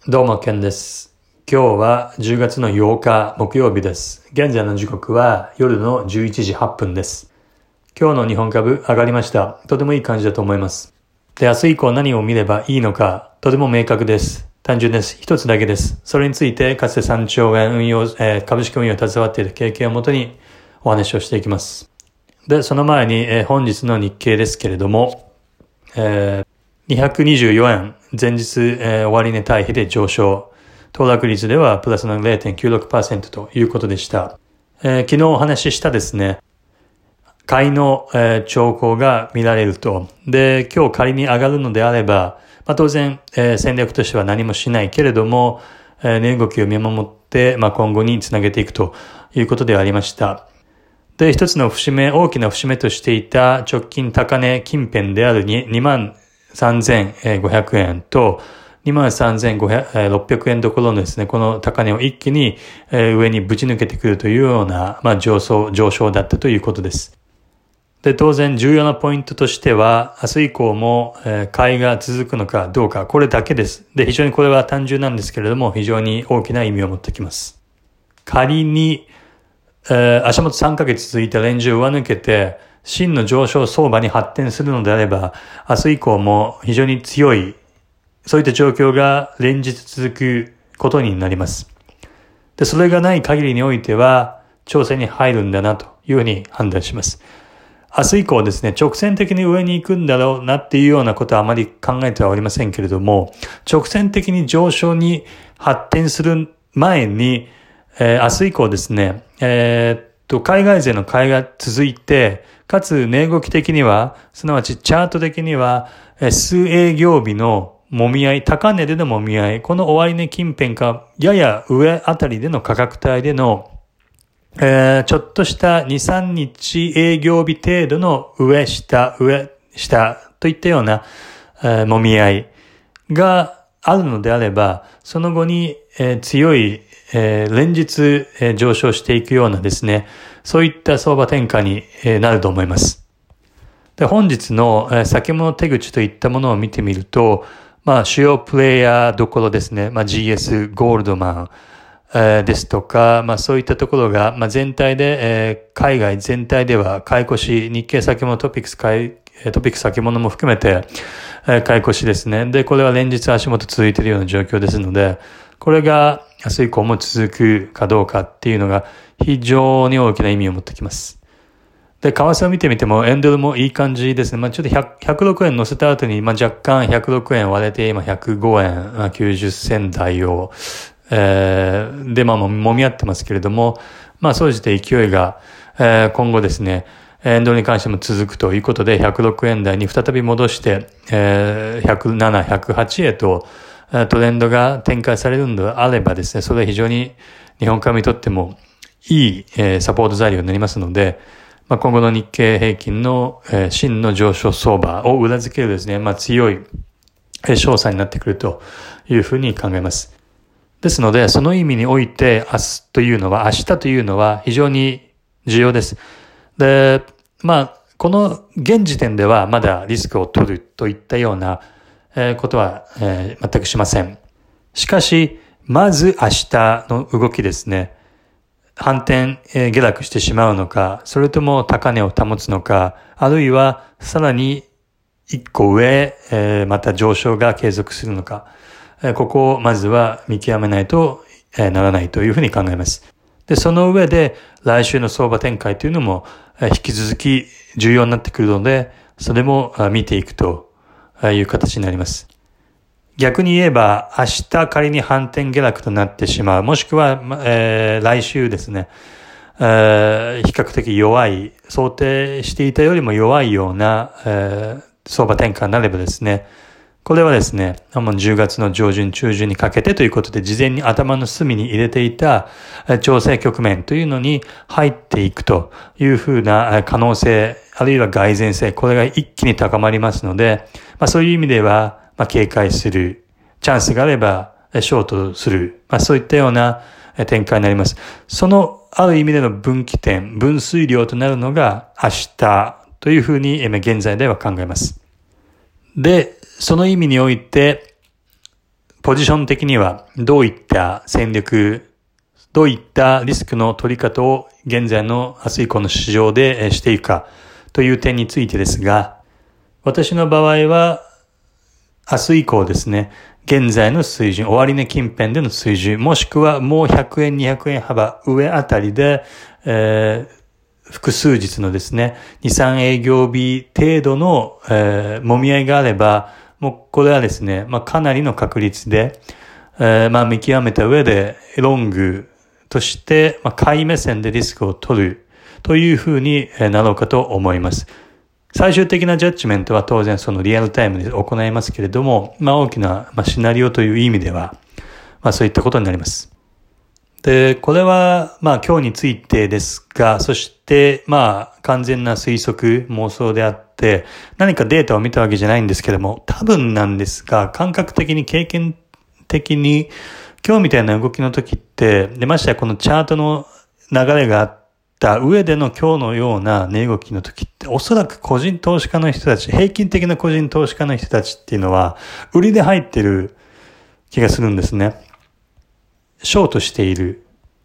どうも、ケンです。今日は10月の8日木曜日です。現在の時刻は夜の11時8分です。今日の日本株上がりました。とてもいい感じだと思います。で、明日以降何を見ればいいのか、とても明確です。単純です。一つだけです。それについて、かつて3兆円株式運用に携わっている経験をもとにお話をしていきます。で、その前に、本日の日経ですけれども、224円、前日、終値対比で上昇。騰落率ではプラスの 0.96% ということでした。昨日お話ししたですね、買いの、兆候が見られると。で、今日仮に上がるのであれば、当然、戦略としては何もしないけれども、値動きを見守って、今後につなげていくということでありました。で、一つの大きな節目としていた直近高値近辺である23,500円と23,600円どころのですね、この高値を一気に上にぶち抜けてくるというような、上昇だったということです。で、当然重要なポイントとしては、明日以降も買いが続くのかどうか、これだけです。で、非常にこれは単純なんですけれども、非常に大きな意味を持ってきます。仮に足元3ヶ月続いたレンジを上抜けて、真の上昇相場に発展するのであれば、明日以降も非常に強い、そういった状況が連日続くことになります。で、それがない限りにおいては、調整に入るんだなというふうに判断します。明日以降ですね、直線的に上に行くんだろうなっていうようなことはあまり考えてはおりませんけれども、直線的に上昇に発展する前に、明日以降ですね、海外勢の買いが続いて、かつ値動き的には、すなわちチャート的には、数営業日の揉み合い、高値での揉み合い、この終値近辺か、やや上あたりでの価格帯での、ちょっとした2、3日営業日程度の上下といったような、揉み合いがあるのであれば、その後に、強い連日上昇していくようなですね、そういった相場転換になると思います。で、本日の先物手口といったものを見てみると、主要プレイヤーどころですね、GS、ゴールドマン、ですとか、そういったところが、全体で、海外全体では買い越し、日経先物トピックス先物も含めて、買い越しですね。で、これは連日足元続いているような状況ですので、これが明日以降も続くかどうかっていうのが非常に大きな意味を持ってきます。で、為替を見てみても円ドルもいい感じですね。ちょっと106円乗せた後に、若干106円割れて今105円90銭台を、で、揉み合ってますけれども、そうして勢いが、今後ですね、円ドルに関しても続くということで、106円台に再び戻して、107、108へと、トレンドが展開されるのであればですね、それは非常に日本株にとってもいい、サポート材料になりますので、今後の日経平均の、真の上昇相場を裏付けるですね、強い、勝算になってくるというふうに考えます。ですので、その意味において明日というのは非常に重要です。で、この現時点ではまだリスクを取るといったようなことは、全くしません。しかし、まず明日の動きですね。反転、下落してしまうのか、それとも高値を保つのか、あるいはさらに一個上、また上昇が継続するのか、ここをまずは見極めないと、ならないというふうに考えます。で、その上で来週の相場展開というのも、引き続き重要になってくるので、それも見ていくという形になります。逆に言えば、明日仮に反転下落となってしまう、もしくは、来週ですね、比較的弱い、想定していたよりも弱いような、相場転換になればですね、これはですね、10月の上旬中旬にかけてということで、事前に頭の隅に入れていた調整局面というのに入っていくというふうな可能性、あるいは蓋然性、これが一気に高まりますので、そういう意味では、警戒する、チャンスがあればショートする、そういったような展開になります。そのある意味での分岐点、分水嶺となるのが明日というふうに現在では考えます。で、その意味において、 ポジション的にはどういった戦略、どういったリスクの取り方を現在の明日以降の市場でしていくかという点についてですが、私の場合は明日以降ですね、現在の水準、終値近辺での水準、もしくはもう100円、200円幅上あたりで、複数日のですね、2、3営業日程度の、揉み合いがあれば、もうこれはですね、かなりの確率で、見極めた上で、ロングとして、買い目線でリスクを取るというふうになろうかと思います。最終的なジャッジメントは当然そのリアルタイムで行いますけれども、大きなシナリオという意味では、そういったことになります。で、これは今日についてですが、そして完全な推測、妄想であって、何かデータを見たわけじゃないんですけれども、多分なんですが、感覚的に経験的に、今日みたいな動きの時って、でましてやこのチャートの流れがあった上での今日のような値動きの時って、おそらく個人投資家の人たち、平均的な個人投資家の人たちっていうのは、売りで入ってる気がするんですね。ショートしている。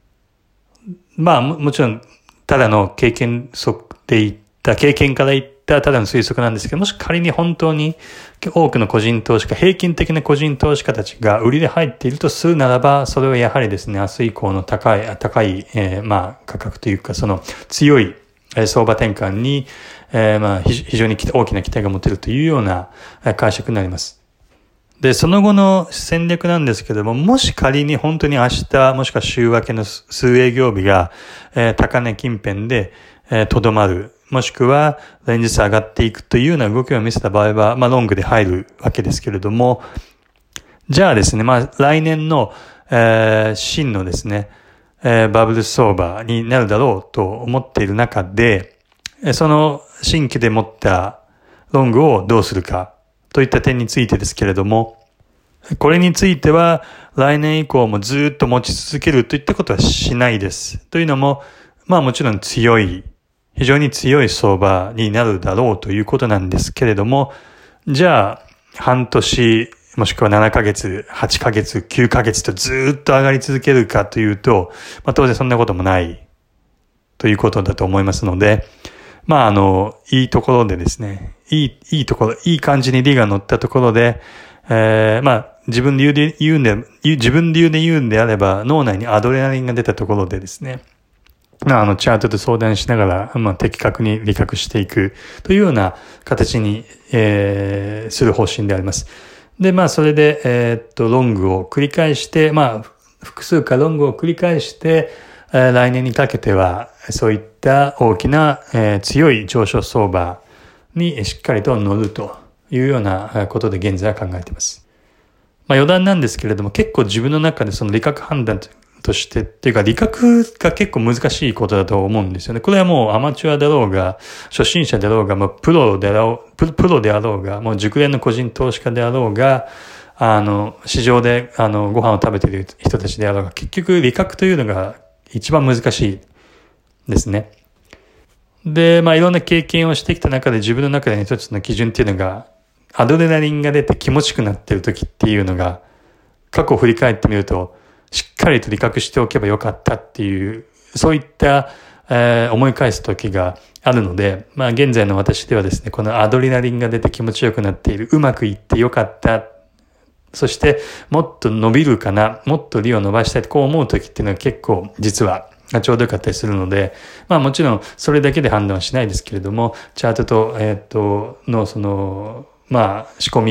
もちろん、ただの経験から言ったただの推測なんですけど、もし仮に本当に多くの個人投資家、平均的な個人投資家たちが売りで入っているとするならば、それはやはりですね、明日以降の高い、価格というか、その強い相場転換に、非常に大きな期待が持てるというような解釈になります。で、その後の戦略なんですけども、もし仮に本当に明日、もしくは週明けの数営業日が、高値近辺で、とどまる、もしくは連日上がっていくというような動きを見せた場合は、ロングで入るわけですけれども、じゃあですね、来年の、真のですね、バブル相場になるだろうと思っている中で、その新規で持ったロングをどうするか、といった点についてですけれども、これについては来年以降もずっと持ち続けるといったことはしないです。というのも、もちろん非常に強い相場になるだろうということなんですけれども、じゃあ半年、もしくは7ヶ月、8ヶ月、9ヶ月とずっと上がり続けるかというと、当然そんなこともないということだと思いますので、いいところでですね、いい感じに利が乗ったところで、自分で言うんであれば、脳内にアドレナリンが出たところでですね、チャートと相談しながら、的確に理覚していくというような形に、する方針であります。で、それで、ロングを繰り返して、複数回ロングを繰り返して、来年にかけては、そういった大きな、強い上昇相場にしっかりと乗るというようなことで現在は考えています。余談なんですけれども、結構自分の中でその理覚判断としてっていうか、理覚が結構難しいことだと思うんですよね。これはもうアマチュアだろうが、初心者だろうが、プロであろうが、もう熟練の個人投資家であろうが、市場でご飯を食べている人たちであろうが、結局理覚というのが一番難しいですね。で、いろんな経験をしてきた中で自分の中で一つの基準っていうのが、アドレナリンが出て気持ちよくなっている時っていうのが、過去を振り返ってみると、しっかりと理覚しておけばよかったっていう、そういった、思い返す時があるので、現在の私ではですね、このアドレナリンが出て気持ちよくなっている、うまくいってよかった、そしてもっと伸びるかな、もっと利を伸ばしたいとこう思う時っていうのは結構実はちょうどよかったりするので、もちろんそれだけで判断はしないですけれども、チャートと、のその、仕込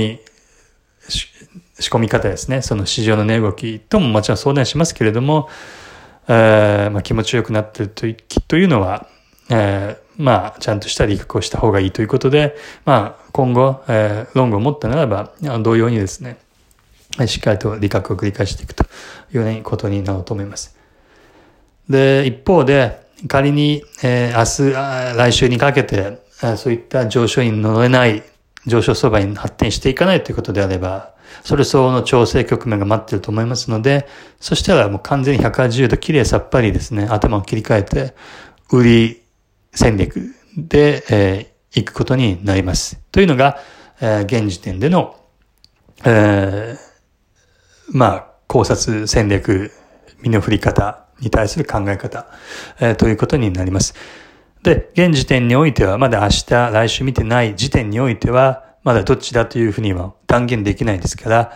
み方ですね。その市場の値動きとももちろん相談しますけれども、気持ちよくなっているというのは、ちゃんとした理覚をした方がいいということで、今後、ロングを持ったならば、同様にですね、しっかりと理覚を繰り返していくというようなことになろうと思います。で、一方で、仮に、来週にかけて、そういった上昇に乗れない、上昇相場に発展していかないということであれば、それ相応の調整局面が待っていると思いますので、そしたらもう完全に180度きれいさっぱりですね、頭を切り替えて、売り戦略で、行くことになります。というのが、現時点での、 考察戦略、身の振り方に対する考え方、ということになります。で、現時点においては、まだ明日、来週見てない時点においては、まだどっちだというふうには断言できないですから、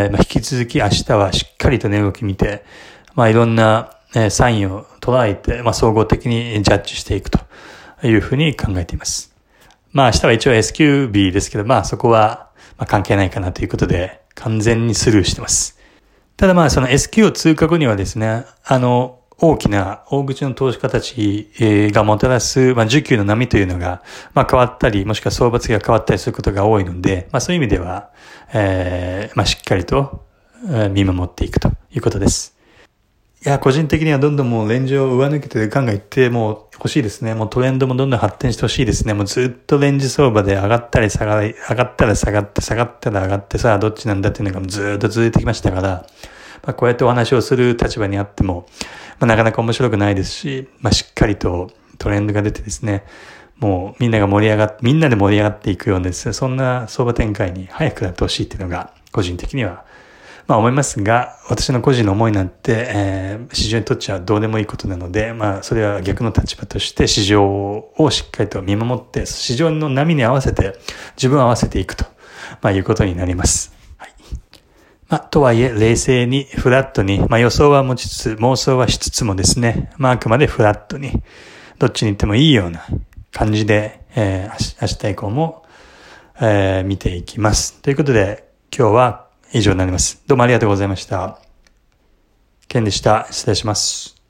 引き続き明日はしっかりと値動き見て、いろんなサインを捉えて、総合的にジャッジしていくというふうに考えています。明日は一応 S q 日ですけど、そこは関係ないかなということで、完全にスルーしてます。ただその S q を通過後にはですね、大きな大口の投資家たちがもたらす、需給の波というのが、変わったり、もしくは相場付きが変わったりすることが多いので、そういう意味では、しっかりと見守っていくということです。いや、個人的にはどんどんもうレンジを上抜けてガンガンいってもう欲しいですね。もうトレンドもどんどん発展してほしいですね。もうずっとレンジ相場で上がったり下がり、上がったら下がって、下がったら上がって、さあどっちなんだっていうのがずっと続いてきましたから、こうやってお話をする立場にあっても、なかなか面白くないですし、しっかりとトレンドが出てですね、もうみんなで盛り上がっていくようです。そんな相場展開に早くなってほしいっていうのが個人的には思いますが、私の個人の思いなんて、市場にとっちゃどうでもいいことなので、それは逆の立場として市場をしっかりと見守って、市場の波に合わせて自分を合わせていくと、いうことになります。とはいえ、冷静に、フラットに、予想は持ちつつ、妄想はしつつもですね、あくまでフラットに、どっちに行ってもいいような感じで、明日以降も、見ていきます。ということで、今日は以上になります。どうもありがとうございました。ケンでした。失礼します。